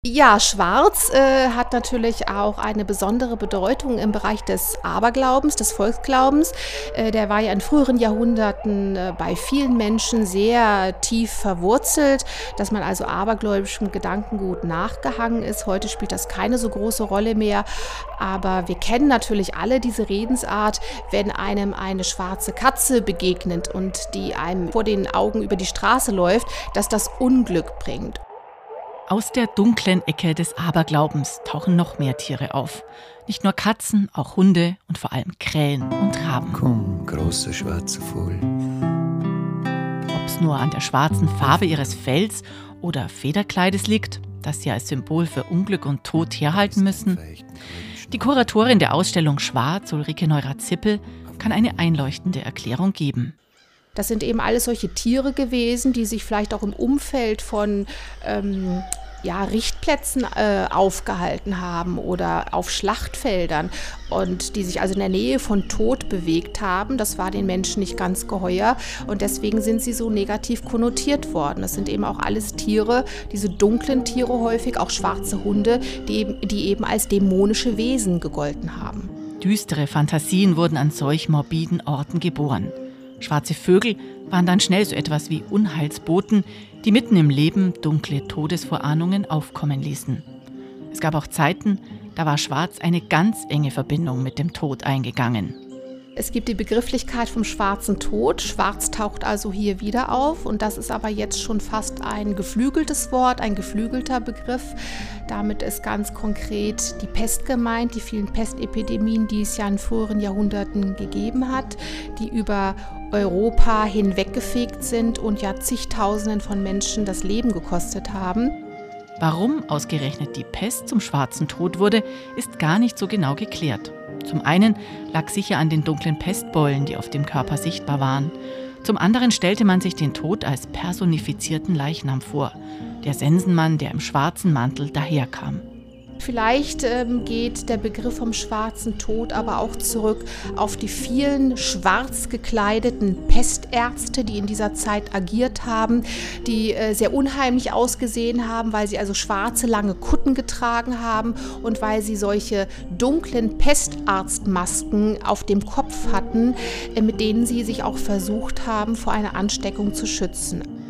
Ja, Schwarz hat natürlich auch eine besondere Bedeutung im Bereich des Aberglaubens, des Volksglaubens. Der war ja in früheren Jahrhunderten bei vielen Menschen sehr tief verwurzelt, dass man also abergläubischem Gedankengut nachgehangen ist. Heute spielt das keine so große Rolle mehr, aber wir kennen natürlich alle diese Redensart, wenn einem eine schwarze Katze begegnet und die einem vor den Augen über die Straße läuft, dass das Unglück bringt. Aus der dunklen Ecke des Aberglaubens tauchen noch mehr Tiere auf. Nicht nur Katzen, auch Hunde und vor allem Krähen und Raben. Komm, großer schwarzer Vogel. Ob es nur an der schwarzen Farbe ihres Fells oder Federkleides liegt, das sie als Symbol für Unglück und Tod herhalten müssen. Die Kuratorin der Ausstellung Schwarz, Ulrike Neurath-Zippel, kann eine einleuchtende Erklärung geben. Das sind eben alles solche Tiere gewesen, die sich vielleicht auch im Umfeld von Richtplätzen aufgehalten haben oder auf Schlachtfeldern und die sich also in der Nähe von Tod bewegt haben. Das war den Menschen nicht ganz geheuer und deswegen sind sie so negativ konnotiert worden. Das sind eben auch alles Tiere, diese dunklen Tiere häufig, auch schwarze Hunde, die eben als dämonische Wesen gegolten haben. Düstere Fantasien wurden an solch morbiden Orten geboren. Schwarze Vögel waren dann schnell so etwas wie Unheilsboten, die mitten im Leben dunkle Todesvorahnungen aufkommen ließen. Es gab auch Zeiten, da war Schwarz eine ganz enge Verbindung mit dem Tod eingegangen. Es gibt die Begrifflichkeit vom schwarzen Tod. Schwarz taucht also hier wieder auf und das ist aber jetzt schon fast ein geflügeltes Wort, ein geflügelter Begriff. Damit ist ganz konkret die Pest gemeint, die vielen Pestepidemien, die es ja in früheren Jahrhunderten gegeben hat, die über Europa hinweggefegt sind und ja zigtausenden von Menschen das Leben gekostet haben. Warum ausgerechnet die Pest zum schwarzen Tod wurde, ist gar nicht so genau geklärt. Zum einen lag sicher an den dunklen Pestbeulen, die auf dem Körper sichtbar waren. Zum anderen stellte man sich den Tod als personifizierten Leichnam vor. Der Sensenmann, der im schwarzen Mantel daherkam. Vielleicht geht der Begriff vom schwarzen Tod aber auch zurück auf die vielen schwarz gekleideten Pestärzte, die in dieser Zeit agiert haben, die sehr unheimlich ausgesehen haben, weil sie also schwarze, lange Kutten getragen haben und weil sie solche dunklen Pestarztmasken auf dem Kopf hatten, mit denen sie sich auch versucht haben, vor einer Ansteckung zu schützen.